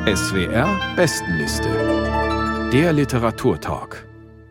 SWR Bestenliste. Der Literaturtalk.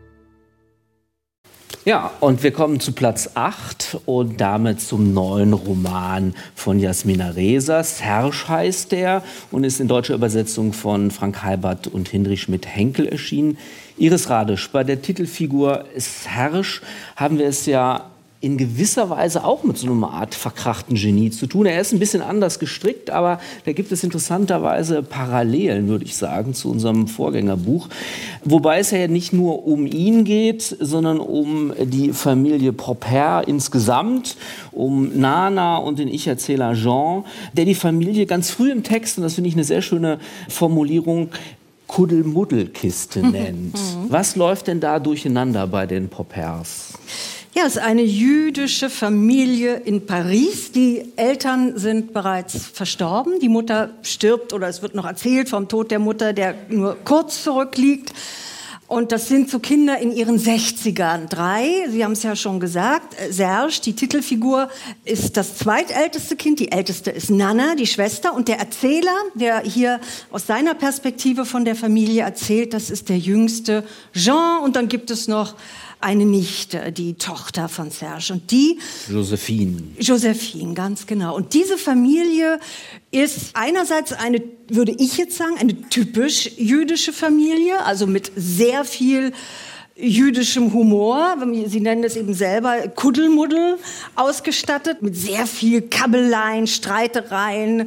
Ja, und wir kommen zu Platz 8 und damit zum neuen Roman von Jasmina Reza. Serge heißt der und ist in deutscher Übersetzung von Frank Halbert und Hinrich Schmidt-Henkel erschienen. Iris Radisch, bei der Titelfigur Serge haben wir es ja in gewisser Weise auch mit so einer Art verkrachten Genie zu tun. Er ist ein bisschen anders gestrickt, aber da gibt es interessanterweise Parallelen, würde ich sagen, zu unserem Vorgängerbuch. Wobei es ja nicht nur um ihn geht, sondern um die Familie Popper insgesamt, um Nana und den Ich-Erzähler Jean, der die Familie ganz früh im Text, und das finde ich eine sehr schöne Formulierung, Kuddelmuddelkiste nennt. Was läuft denn da durcheinander bei den Poppers? Ja, es ist eine jüdische Familie in Paris. Die Eltern sind bereits verstorben. Die Mutter stirbt, oder es wird noch erzählt vom Tod der Mutter, der nur kurz zurückliegt. Und das sind so Kinder in ihren 60ern. 3, Sie haben es ja schon gesagt, Serge, die Titelfigur, ist das zweitälteste Kind. Die älteste ist Nana, die Schwester. Und der Erzähler, der hier aus seiner Perspektive von der Familie erzählt, das ist der jüngste Jean. Und dann gibt es noch eine Nichte, die Tochter von Serge. Und die Josephine, ganz genau. Und diese Familie ist einerseits eine, würde ich jetzt sagen, eine typisch jüdische Familie, also mit sehr viel jüdischem Humor, Sie nennen es eben selber Kuddelmuddel, ausgestattet, mit sehr viel Kabeleien, Streitereien,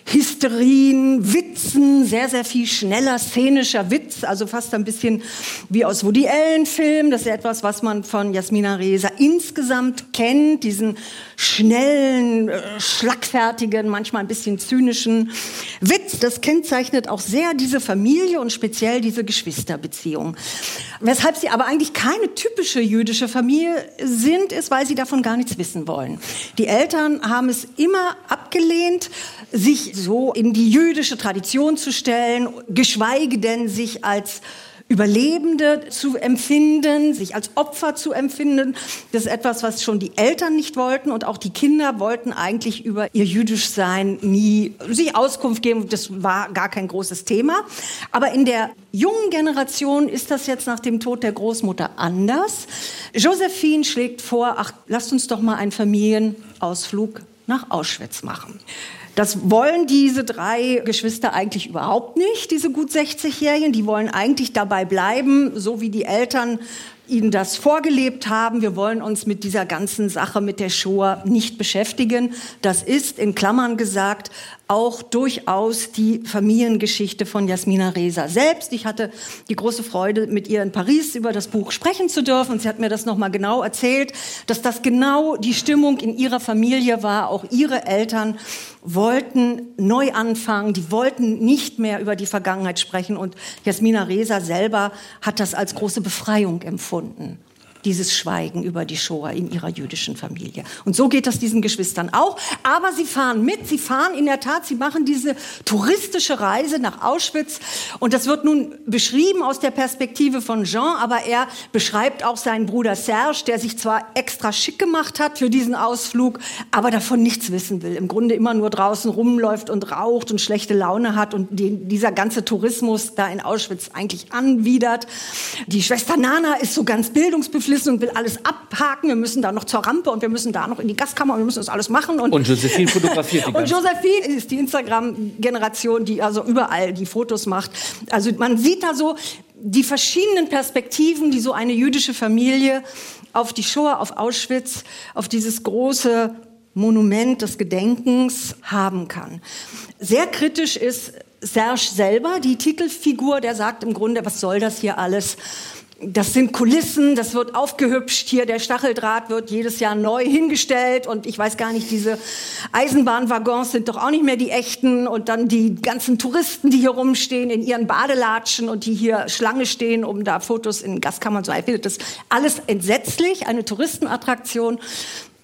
Hysterien, Witzen, sehr, sehr viel schneller szenischer Witz, also fast ein bisschen wie aus Woody Allen-Filmen. Das ist etwas, was man von Jasmina Reza insgesamt kennt, diesen schnellen, schlagfertigen, manchmal ein bisschen zynischen Witz. Das kennzeichnet auch sehr diese Familie und speziell diese Geschwisterbeziehung. Weshalb sie aber eigentlich keine typische jüdische Familie sind, ist, weil sie davon gar nichts wissen wollen. Die Eltern haben es immer abgelehnt, sich so in die jüdische Tradition zu stellen, geschweige denn sich als Überlebende zu empfinden, sich als Opfer zu empfinden. Das ist etwas, was schon die Eltern nicht wollten, und auch die Kinder wollten eigentlich über ihr Jüdischsein nie sich Auskunft geben. Das war gar kein großes Thema. Aber in der jungen Generation ist das jetzt nach dem Tod der Großmutter anders. Josephine schlägt vor, lasst uns doch mal einen Familienausflug nach Auschwitz machen. Das wollen diese 3 Geschwister eigentlich überhaupt nicht, diese gut 60-Jährigen. Die wollen eigentlich dabei bleiben, so wie die Eltern ihnen das vorgelebt haben. Wir wollen uns mit dieser ganzen Sache mit der Shoah nicht beschäftigen. Das ist, in Klammern gesagt, auch durchaus die Familiengeschichte von Jasmina Reza selbst. Ich hatte die große Freude, mit ihr in Paris über das Buch sprechen zu dürfen. Und sie hat mir das nochmal genau erzählt, dass das genau die Stimmung in ihrer Familie war. Auch ihre Eltern wollten neu anfangen. Die wollten nicht mehr über die Vergangenheit sprechen. Und Jasmina Reza selber hat das als große Befreiung empfunden, dieses Schweigen über die Shoah in ihrer jüdischen Familie. Und so geht das diesen Geschwistern auch. Aber sie fahren mit, sie fahren in der Tat, sie machen diese touristische Reise nach Auschwitz. Und das wird nun beschrieben aus der Perspektive von Jean, aber er beschreibt auch seinen Bruder Serge, der sich zwar extra schick gemacht hat für diesen Ausflug, aber davon nichts wissen will. Im Grunde immer nur draußen rumläuft und raucht und schlechte Laune hat und dieser ganze Tourismus da in Auschwitz eigentlich anwidert. Die Schwester Nana ist so ganz bildungsbeflissen und will alles abhaken. Wir müssen da noch zur Rampe und wir müssen da noch in die Gaskammer und wir müssen das alles machen. Und Josephine fotografiert die ganze. Und Josephine ist die Instagram-Generation, die also überall die Fotos macht. Also man sieht da so die verschiedenen Perspektiven, die so eine jüdische Familie auf die Shoah, auf Auschwitz, auf dieses große Monument des Gedenkens haben kann. Sehr kritisch ist Serge selber, die Titelfigur, der sagt im Grunde, was soll das hier alles? Das sind Kulissen, das wird aufgehübscht hier, der Stacheldraht wird jedes Jahr neu hingestellt und ich weiß gar nicht, diese Eisenbahnwaggons sind doch auch nicht mehr die echten und dann die ganzen Touristen, die hier rumstehen in ihren Badelatschen und die hier Schlange stehen, um da Fotos in Gaskammern zu machen. Ich finde das alles entsetzlich, eine Touristenattraktion.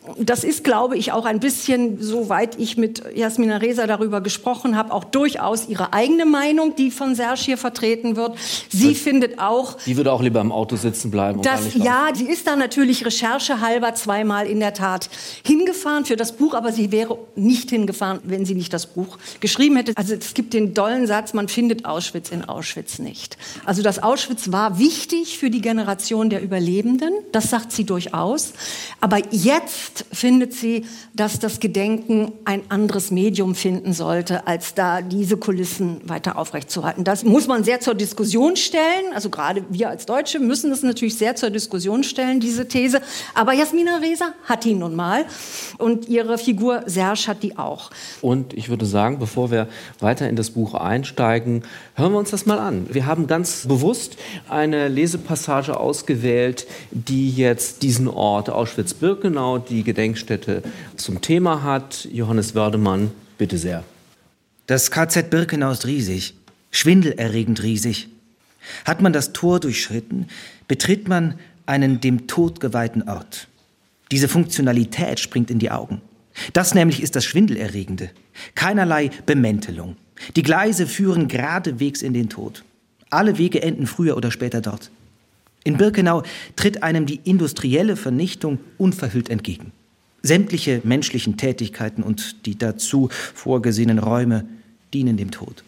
das ist, glaube ich, auch ein bisschen, soweit ich mit Jasmina Reza darüber gesprochen habe, auch durchaus ihre eigene Meinung, die von Serge hier vertreten wird. Sie findet auch... Die würde auch lieber im Auto sitzen bleiben. Ja, sie ist da natürlich recherchehalber zweimal in der Tat hingefahren für das Buch, aber sie wäre nicht hingefahren, wenn sie nicht das Buch geschrieben hätte. Also es gibt den dollen Satz, man findet Auschwitz in Auschwitz nicht. Also das Auschwitz war wichtig für die Generation der Überlebenden, das sagt sie durchaus. Aber jetzt findet sie, dass das Gedenken ein anderes Medium finden sollte, als da diese Kulissen weiter aufrechtzuerhalten. Das muss man sehr zur Diskussion stellen. Also gerade wir als Deutsche müssen das natürlich sehr zur Diskussion stellen, diese These. Aber Jasmina Reza hat die nun mal und ihre Figur Serge hat die auch. Und ich würde sagen, bevor wir weiter in das Buch einsteigen, hören wir uns das mal an. Wir haben ganz bewusst eine Lesepassage ausgewählt, die jetzt diesen Ort Auschwitz-Birkenau, die Gedenkstätte, zum Thema hat. Johannes Wördemann, bitte sehr. Das KZ Birkenau ist riesig, schwindelerregend riesig. Hat man das Tor durchschritten, betritt man einen dem Tod geweihten Ort. Diese Funktionalität springt in die Augen. Das nämlich ist das Schwindelerregende. Keinerlei Bemäntelung. Die Gleise führen geradewegs in den Tod. Alle Wege enden früher oder später dort. In Birkenau tritt einem die industrielle Vernichtung unverhüllt entgegen. Sämtliche menschlichen Tätigkeiten und die dazu vorgesehenen Räume dienen dem Tod.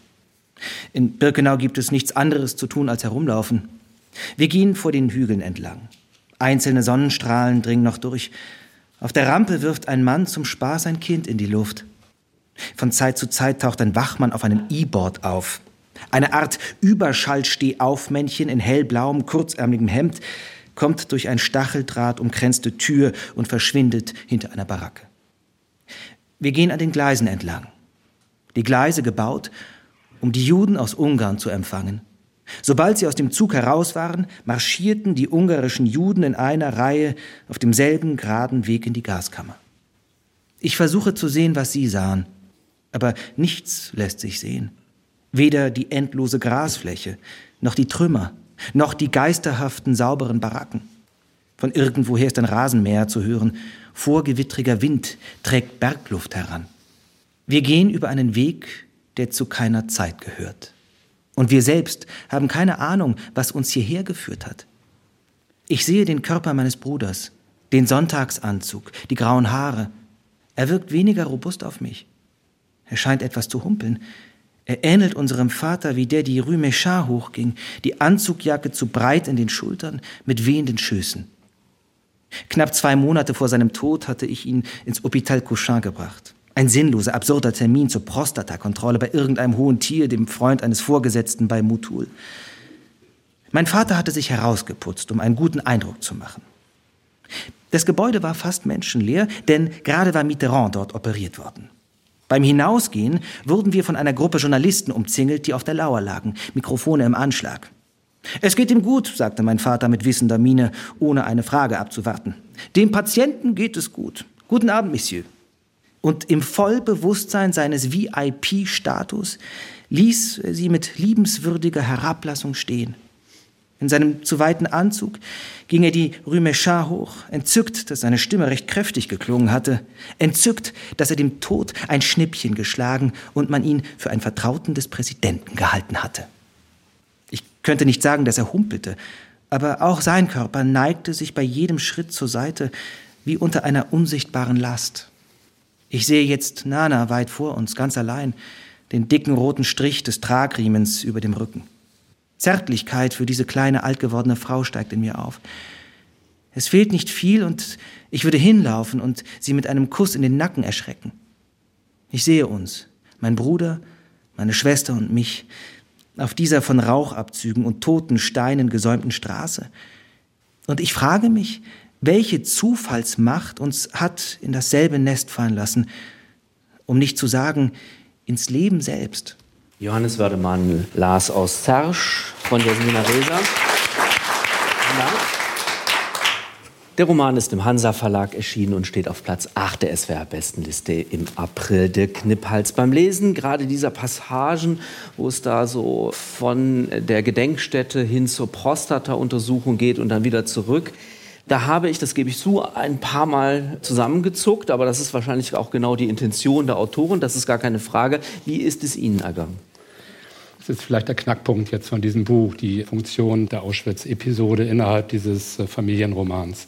In Birkenau gibt es nichts anderes zu tun als herumlaufen. Wir gehen vor den Hügeln entlang. Einzelne Sonnenstrahlen dringen noch durch. Auf der Rampe wirft ein Mann zum Spaß ein Kind in die Luft. Von Zeit zu Zeit taucht ein Wachmann auf einem E-Board auf. Eine Art Überschallstehaufmännchen in hellblauem, kurzärmeligem Hemd kommt durch ein Stacheldraht umkränzte Tür und verschwindet hinter einer Baracke. Wir gehen an den Gleisen entlang. Die Gleise gebaut, um die Juden aus Ungarn zu empfangen. Sobald sie aus dem Zug heraus waren, marschierten die ungarischen Juden in einer Reihe auf demselben geraden Weg in die Gaskammer. Ich versuche zu sehen, was sie sahen, aber nichts lässt sich sehen. Weder die endlose Grasfläche, noch die Trümmer, noch die geisterhaften, sauberen Baracken. Von irgendwoher ist ein Rasenmäher zu hören. Vorgewittriger Wind trägt Bergluft heran. Wir gehen über einen Weg, der zu keiner Zeit gehört. Und wir selbst haben keine Ahnung, was uns hierher geführt hat. Ich sehe den Körper meines Bruders, den Sonntagsanzug, die grauen Haare. Er wirkt weniger robust auf mich. Er scheint etwas zu humpeln. Er ähnelt unserem Vater, wie der die Rue Méchard hochging, die Anzugjacke zu breit in den Schultern, mit wehenden Schößen. Knapp 2 Monate vor seinem Tod hatte ich ihn ins Hôpital Cochin gebracht. Ein sinnloser, absurder Termin zur Prostatakontrolle bei irgendeinem hohen Tier, dem Freund eines Vorgesetzten bei Motul. Mein Vater hatte sich herausgeputzt, um einen guten Eindruck zu machen. Das Gebäude war fast menschenleer, denn gerade war Mitterrand dort operiert worden. Beim Hinausgehen wurden wir von einer Gruppe Journalisten umzingelt, die auf der Lauer lagen, Mikrofone im Anschlag. »Es geht ihm gut«, sagte mein Vater mit wissender Miene, ohne eine Frage abzuwarten. »Dem Patienten geht es gut. Guten Abend, Monsieur.« Und im Vollbewusstsein seines VIP-Status ließ er sie mit liebenswürdiger Herablassung stehen. In seinem zu weiten Anzug ging er die Rue Méchard hoch, entzückt, dass seine Stimme recht kräftig geklungen hatte, entzückt, dass er dem Tod ein Schnippchen geschlagen und man ihn für einen Vertrauten des Präsidenten gehalten hatte. Ich könnte nicht sagen, dass er humpelte, aber auch sein Körper neigte sich bei jedem Schritt zur Seite, wie unter einer unsichtbaren Last. Ich sehe jetzt Nana weit vor uns, ganz allein, den dicken roten Strich des Tragriemens über dem Rücken. Zärtlichkeit für diese kleine, altgewordene Frau steigt in mir auf. Es fehlt nicht viel und ich würde hinlaufen und sie mit einem Kuss in den Nacken erschrecken. Ich sehe uns, mein Bruder, meine Schwester und mich, auf dieser von Rauchabzügen und toten Steinen gesäumten Straße. Und ich frage mich, welche Zufallsmacht uns hat in dasselbe Nest fallen lassen, um nicht zu sagen, ins Leben selbst. Johannes Wördemann las aus Serge von Jasmina Reza. Der Roman ist im Hansa Verlag erschienen und steht auf Platz 8 der SWR-Bestenliste im April. Der Kniphals beim Lesen, gerade dieser Passagen, wo es da so von der Gedenkstätte hin zur Prostata-Untersuchung geht und dann wieder zurück, Da habe ich, das gebe ich zu, ein paar Mal zusammengezuckt, aber das ist wahrscheinlich auch genau die Intention der Autorin, das ist gar keine Frage. Wie ist es Ihnen ergangen? Das ist vielleicht der Knackpunkt jetzt von diesem Buch, die Funktion der Auschwitz-Episode innerhalb dieses Familienromans.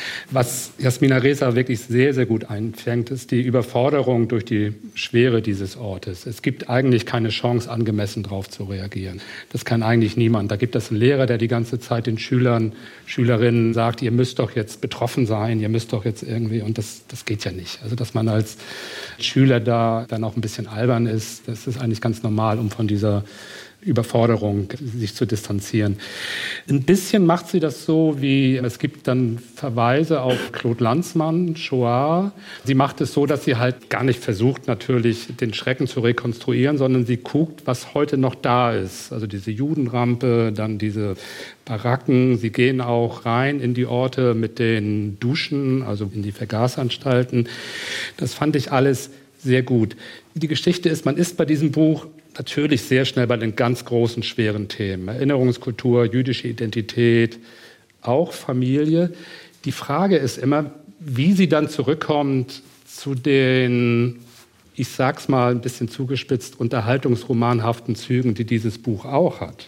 Was Jasmina Reza wirklich sehr, sehr gut einfängt, ist die Überforderung durch die Schwere dieses Ortes. Es gibt eigentlich keine Chance, angemessen darauf zu reagieren. Das kann eigentlich niemand. Da gibt es einen Lehrer, der die ganze Zeit den Schülern, Schülerinnen sagt, ihr müsst doch jetzt betroffen sein, ihr müsst doch jetzt irgendwie, und das geht ja nicht. Also dass man als Schüler da dann auch ein bisschen albern ist, das ist eigentlich ganz normal, um von dieser Überforderung sich zu distanzieren. Ein bisschen macht sie das so, wie es gibt dann Verweise auf Claude Lanzmann, Shoah. Sie macht es so, dass sie halt gar nicht versucht, natürlich den Schrecken zu rekonstruieren, sondern sie guckt, was heute noch da ist. Also diese Judenrampe, dann diese Baracken. Sie gehen auch rein in die Orte mit den Duschen, also in die Vergasanstalten. Das fand ich alles sehr gut. Die Geschichte ist, man ist bei diesem Buch natürlich sehr schnell bei den ganz großen, schweren Themen. Erinnerungskultur, jüdische Identität, auch Familie. Die Frage ist immer, wie sie dann zurückkommt zu den, ich sag's mal ein bisschen zugespitzt, unterhaltungsromanhaften Zügen, die dieses Buch auch hat.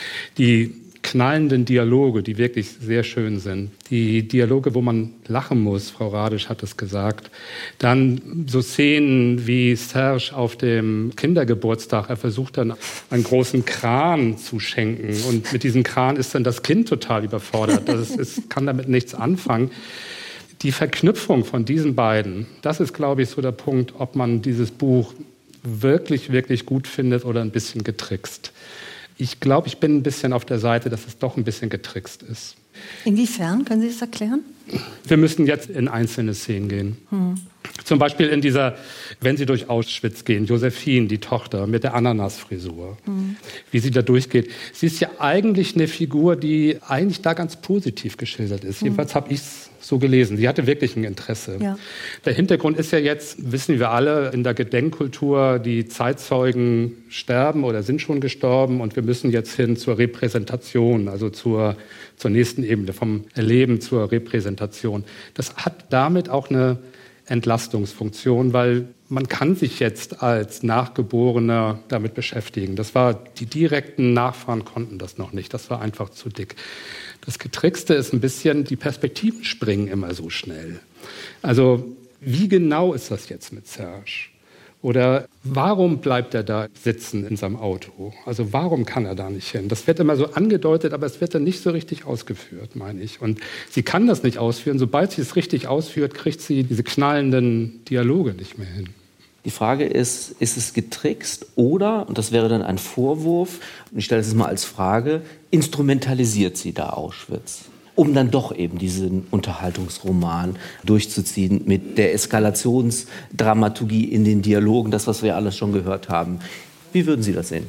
Die knallenden Dialoge, die wirklich sehr schön sind. Die Dialoge, wo man lachen muss, Frau Radisch hat es gesagt. Dann so Szenen wie Serge auf dem Kindergeburtstag. Er versucht dann einen großen Kran zu schenken. Und mit diesem Kran ist dann das Kind total überfordert. Es kann damit nichts anfangen. Die Verknüpfung von diesen beiden, das ist, glaube ich, so der Punkt, ob man dieses Buch wirklich, wirklich gut findet oder ein bisschen getrickst. Ich glaube, ich bin ein bisschen auf der Seite, dass es doch ein bisschen getrickst ist. Inwiefern? Können Sie das erklären? Wir müssten jetzt in einzelne Szenen gehen. Zum Beispiel in dieser, wenn Sie durch Auschwitz gehen, Josephine, die Tochter mit der Ananasfrisur, wie sie da durchgeht. Sie ist ja eigentlich eine Figur, die eigentlich da ganz positiv geschildert ist. Jedenfalls habe ich es so gelesen. Sie hatte wirklich ein Interesse. Ja. Der Hintergrund ist ja jetzt, wissen wir alle, in der Gedenkkultur, die Zeitzeugen sterben oder sind schon gestorben und wir müssen jetzt hin zur Repräsentation, also zur nächsten Ebene, vom Erleben zur Repräsentation. Das hat damit auch eine Entlastungsfunktion, weil man kann sich jetzt als Nachgeborener damit beschäftigen. Die direkten Nachfahren konnten das noch nicht. Das war einfach zu dick. Das Getrickste ist ein bisschen, die Perspektiven springen immer so schnell. Also wie genau ist das jetzt mit Serge? Oder warum bleibt er da sitzen in seinem Auto? Also warum kann er da nicht hin? Das wird immer so angedeutet, aber es wird dann nicht so richtig ausgeführt, meine ich. Und sie kann das nicht ausführen. Sobald sie es richtig ausführt, kriegt sie diese knallenden Dialoge nicht mehr hin. Die Frage ist es getrickst oder, und das wäre dann ein Vorwurf, und ich stelle es mal als Frage, instrumentalisiert sie da Auschwitz? Um dann doch eben diesen Unterhaltungsroman durchzuziehen mit der Eskalationsdramaturgie in den Dialogen, das, was wir alles schon gehört haben. Wie würden Sie das sehen?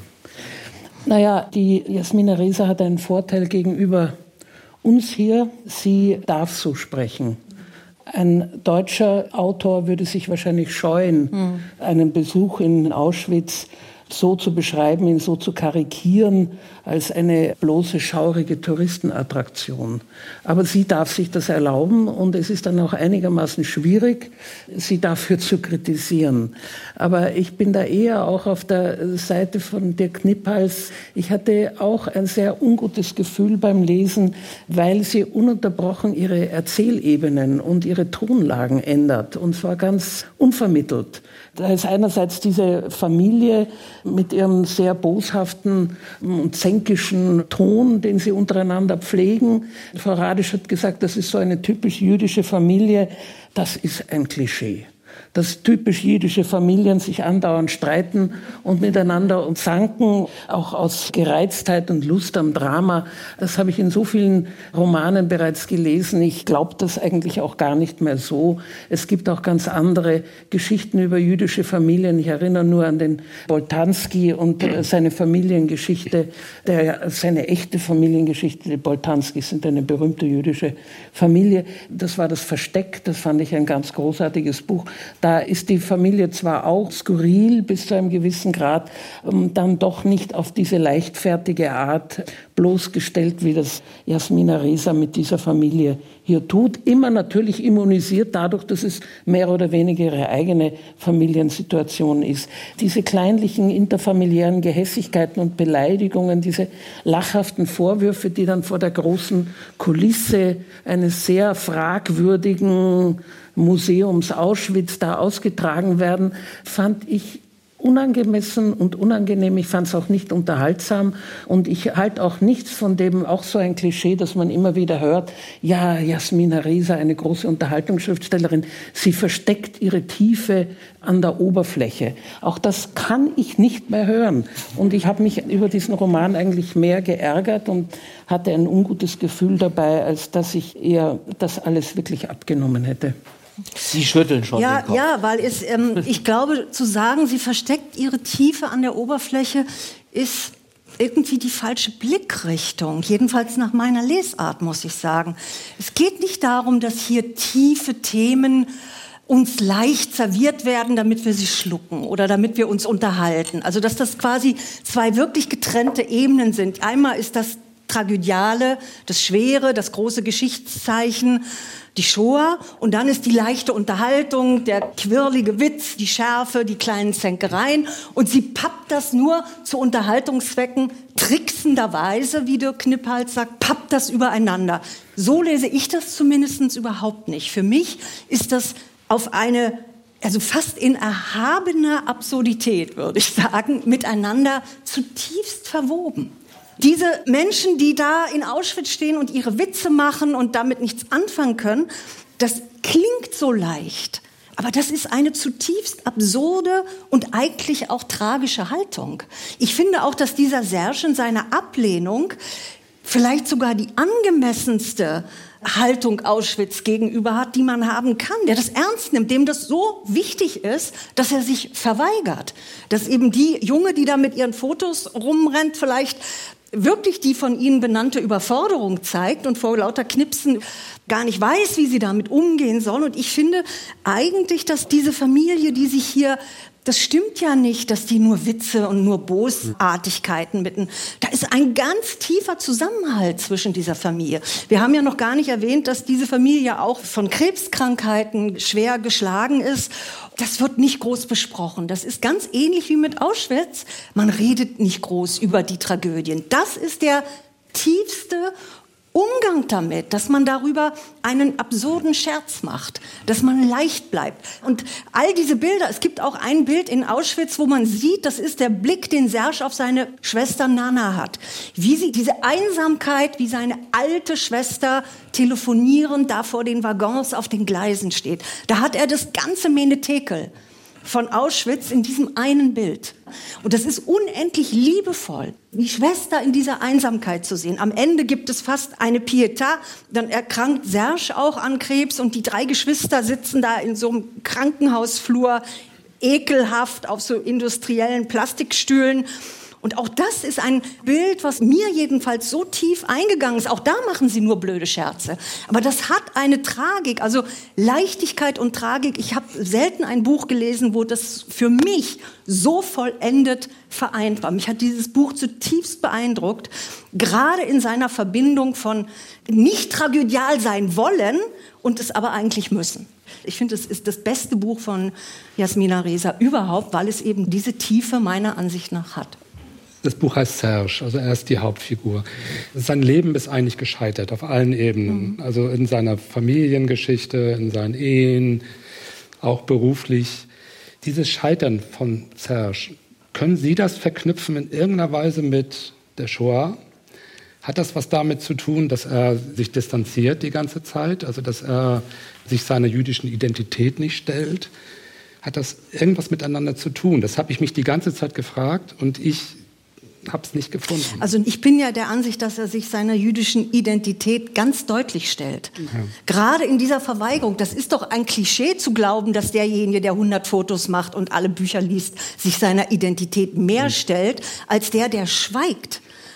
Naja, die Jasmina Reza hat einen Vorteil gegenüber uns hier. Sie darf so sprechen. Ein deutscher Autor würde sich wahrscheinlich scheuen, einen Besuch in Auschwitz so zu beschreiben, ihn so zu karikieren, als eine bloße, schaurige Touristenattraktion. Aber sie darf sich das erlauben und es ist dann auch einigermaßen schwierig, sie dafür zu kritisieren. Aber ich bin da eher auch auf der Seite von Dirk Kniphals. Ich hatte auch ein sehr ungutes Gefühl beim Lesen, weil sie ununterbrochen ihre Erzählebenen und ihre Tonlagen ändert, und zwar ganz unvermittelt. Da ist einerseits diese Familie mit ihrem sehr boshaften und zänkischen Ton, den sie untereinander pflegen. Frau Radisch hat gesagt, das ist so eine typisch jüdische Familie. Das ist ein Klischee. Dass typisch jüdische Familien sich andauernd streiten und miteinander und zanken, auch aus Gereiztheit und Lust am Drama. Das habe ich in so vielen Romanen bereits gelesen. Ich glaube das eigentlich auch gar nicht mehr so. Es gibt auch ganz andere Geschichten über jüdische Familien. Ich erinnere nur an den Boltanski und seine Familiengeschichte, seine echte Familiengeschichte. Die Boltanskis sind eine berühmte jüdische Familie. Das war das Versteck. Das fand ich ein ganz großartiges Buch. Da ist die Familie zwar auch skurril bis zu einem gewissen Grad, dann doch nicht auf diese leichtfertige Art bloßgestellt, wie das Jasmina Reza mit dieser Familie hier tut. Immer natürlich immunisiert dadurch, dass es mehr oder weniger ihre eigene Familiensituation ist. Diese kleinlichen interfamiliären Gehässigkeiten und Beleidigungen, diese lachhaften Vorwürfe, die dann vor der großen Kulisse eines sehr fragwürdigen Museums Auschwitz da ausgetragen werden, fand ich unangemessen und unangenehm. Ich fand es auch nicht unterhaltsam und ich halte auch nichts von dem, auch so ein Klischee, dass man immer wieder hört, ja, Jasmina Reza, eine große Unterhaltungsschriftstellerin, sie versteckt ihre Tiefe an der Oberfläche. Auch das kann ich nicht mehr hören. Und ich habe mich über diesen Roman eigentlich mehr geärgert und hatte ein ungutes Gefühl dabei, als dass ich ihr das alles wirklich abgenommen hätte. Sie schütteln schon den Kopf. Ja, weil ich glaube, zu sagen, sie versteckt ihre Tiefe an der Oberfläche, ist irgendwie die falsche Blickrichtung. Jedenfalls nach meiner Lesart, muss ich sagen. Es geht nicht darum, dass hier tiefe Themen uns leicht serviert werden, damit wir sie schlucken oder damit wir uns unterhalten. Also dass das quasi zwei wirklich getrennte Ebenen sind. Einmal ist das Tragödiale, das Schwere, das große Geschichtszeichen, die Shoah, und dann ist die leichte Unterhaltung, der quirlige Witz, die Schärfe, die kleinen Zänkereien, und sie pappt das nur zu Unterhaltungszwecken tricksenderweise, wie Dirk Kniphals sagt, pappt das übereinander. So lese ich das zumindest überhaupt nicht. Für mich ist das auf eine, also fast in erhabener Absurdität, würde ich sagen, miteinander zutiefst verwoben. Diese Menschen, die da in Auschwitz stehen und ihre Witze machen und damit nichts anfangen können, das klingt so leicht, aber das ist eine zutiefst absurde und eigentlich auch tragische Haltung. Ich finde auch, dass dieser Serge in seiner Ablehnung vielleicht sogar die angemessenste Haltung Auschwitz gegenüber hat, die man haben kann, der das ernst nimmt, dem das so wichtig ist, dass er sich verweigert. Dass eben die Junge, die da mit ihren Fotos rumrennt, vielleicht wirklich die von Ihnen benannte Überforderung zeigt und vor lauter Knipsen gar nicht weiß, wie sie damit umgehen soll. Und ich finde eigentlich, dass diese Familie, die sich hier, das stimmt ja nicht, dass die nur Witze und nur Bosartigkeiten mitten. Da ist ein ganz tiefer Zusammenhalt zwischen dieser Familie. Wir haben ja noch gar nicht erwähnt, dass diese Familie auch von Krebskrankheiten schwer geschlagen ist. Das wird nicht groß besprochen. Das ist ganz ähnlich wie mit Auschwitz. Man redet nicht groß über die Tragödien. Das ist der tiefste Umgang damit, dass man darüber einen absurden Scherz macht, dass man leicht bleibt. Und all diese Bilder, es gibt auch ein Bild in Auschwitz, wo man sieht, das ist der Blick, den Serge auf seine Schwester Nana hat. Wie sie diese Einsamkeit, wie seine alte Schwester telefonierend da vor den Waggons auf den Gleisen steht. Da hat er das ganze Menetekel von Auschwitz in diesem einen Bild. Und das ist unendlich liebevoll, die Schwester in dieser Einsamkeit zu sehen. Am Ende gibt es fast eine Pietà, dann erkrankt Serge auch an Krebs und die 3 Geschwister sitzen da in so einem Krankenhausflur, ekelhaft auf so industriellen Plastikstühlen. Und auch das ist ein Bild, was mir jedenfalls so tief eingegangen ist. Auch da machen sie nur blöde Scherze. Aber das hat eine Tragik, also Leichtigkeit und Tragik. Ich habe selten ein Buch gelesen, wo das für mich so vollendet vereint war. Mich hat dieses Buch zutiefst beeindruckt, gerade in seiner Verbindung von nicht tragödial sein wollen und es aber eigentlich müssen. Ich finde, es ist das beste Buch von Jasmina Reza überhaupt, weil es eben diese Tiefe meiner Ansicht nach hat. Das Buch heißt Serge, also er ist die Hauptfigur. Sein Leben ist eigentlich gescheitert auf allen Ebenen. Also in seiner Familiengeschichte, in seinen Ehen, auch beruflich. Dieses Scheitern von Serge, können Sie das verknüpfen in irgendeiner Weise mit der Shoah? Hat das was damit zu tun, dass er sich distanziert die ganze Zeit? Also dass er sich seiner jüdischen Identität nicht stellt? Hat das irgendwas miteinander zu tun? Das habe ich mich die ganze Zeit gefragt und ich habe es nicht gefunden. Also ich bin ja der Ansicht, dass er sich seiner jüdischen Identität ganz deutlich stellt. Ja. Gerade in dieser Verweigerung. Das ist doch ein Klischee zu glauben, dass derjenige, der 100 Fotos macht und alle Bücher liest, sich seiner Identität mehr stellt, als der schweigt.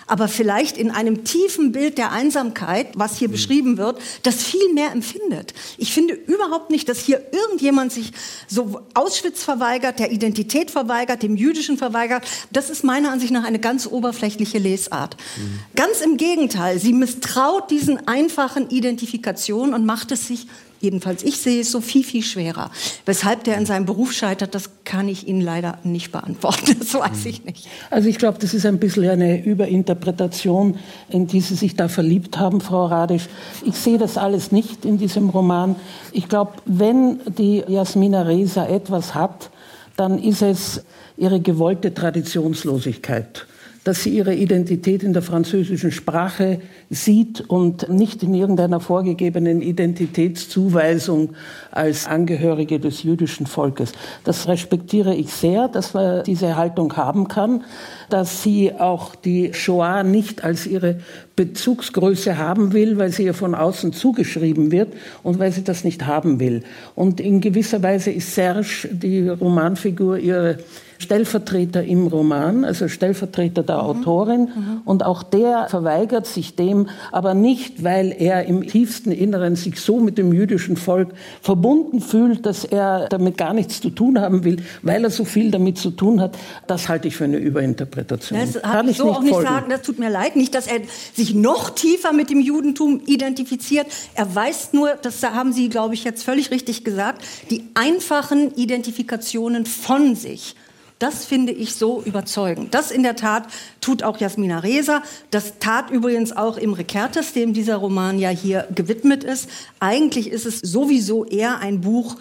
aber vielleicht in einem tiefen Bild der Einsamkeit, was hier beschrieben wird, das viel mehr empfindet. Ich finde überhaupt nicht, dass hier irgendjemand sich so Auschwitz verweigert, der Identität verweigert, dem Jüdischen verweigert. Das ist meiner Ansicht nach eine ganz oberflächliche Lesart. Ganz im Gegenteil, sie misstraut diesen einfachen Identifikationen und macht es sich, jedenfalls ich sehe es so, viel, viel schwerer. Weshalb der in seinem Beruf scheitert, das kann ich Ihnen leider nicht beantworten. Das weiß ich nicht. Also ich glaube, das ist ein bisschen eine Überinterpretation, in die Sie sich da verliebt haben, Frau Radisch. Ich sehe das alles nicht in diesem Roman. Ich glaube, wenn die Jasmina Reza etwas hat, dann ist es ihre gewollte Traditionslosigkeit. Dass sie ihre Identität in der französischen Sprache sieht und nicht in irgendeiner vorgegebenen Identitätszuweisung als Angehörige des jüdischen Volkes. Das respektiere ich sehr, dass man diese Haltung haben kann, dass sie auch die Shoah nicht als ihre Bezugsgröße haben will, weil sie ihr von außen zugeschrieben wird und weil sie das nicht haben will. Und in gewisser Weise ist Serge, die Romanfigur, ihre Stellvertreter im Roman, also Stellvertreter der Autorin. Und auch der verweigert sich dem, aber nicht, weil er im tiefsten Inneren sich so mit dem jüdischen Volk verbunden fühlt, dass er damit gar nichts zu tun haben will, weil er so viel damit zu tun hat. Das halte ich für eine Überinterpretation. Das kann ich so auch nicht sagen. Das tut mir leid. Nicht, dass er sich noch tiefer mit dem Judentum identifiziert. Er weiß nur, das haben Sie, glaube ich, jetzt völlig richtig gesagt, die einfachen Identifikationen von sich. Das finde ich so überzeugend. Das in der Tat tut auch Jasmina Reza. Das tat übrigens auch Imre Kertész, dem dieser Roman ja hier gewidmet ist. Eigentlich ist es sowieso eher ein Buch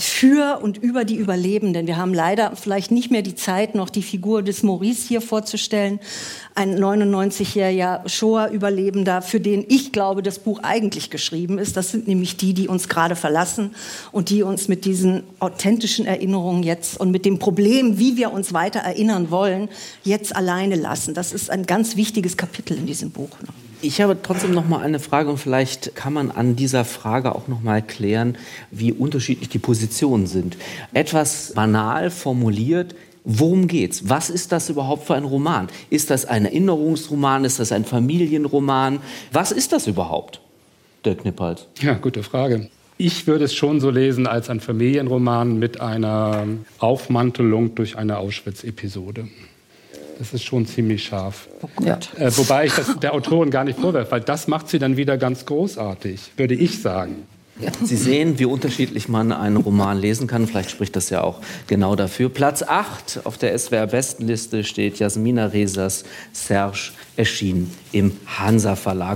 für und über die Überlebenden. Wir haben leider vielleicht nicht mehr die Zeit, noch die Figur des Maurice hier vorzustellen. Ein 99-jähriger Shoah-Überlebender, für den ich glaube, das Buch eigentlich geschrieben ist. Das sind nämlich die, die uns gerade verlassen und die uns mit diesen authentischen Erinnerungen jetzt und mit dem Problem, wie wir uns weiter erinnern wollen, jetzt alleine lassen. Das ist ein ganz wichtiges Kapitel in diesem Buch. Ich habe trotzdem noch mal eine Frage und vielleicht kann man an dieser Frage auch noch mal klären, wie unterschiedlich die Positionen sind. Etwas banal formuliert, worum geht's? Was ist das überhaupt für ein Roman? Ist das ein Erinnerungsroman? Ist das ein Familienroman? Was ist das überhaupt, Dirk Nippholz? Ja, gute Frage. Ich würde es schon so lesen als ein Familienroman mit einer Aufmantelung durch eine Auschwitz-Episode. Das ist schon ziemlich scharf. Ja. Wobei ich das der Autorin gar nicht vorwerfe, weil das macht sie dann wieder ganz großartig, würde ich sagen. Ja, Sie sehen, wie unterschiedlich man einen Roman lesen kann. Vielleicht spricht das ja auch genau dafür. Platz 8 auf der SWR-Bestenliste steht Jasmina Rezas Serge, erschienen im Hansa Verlag.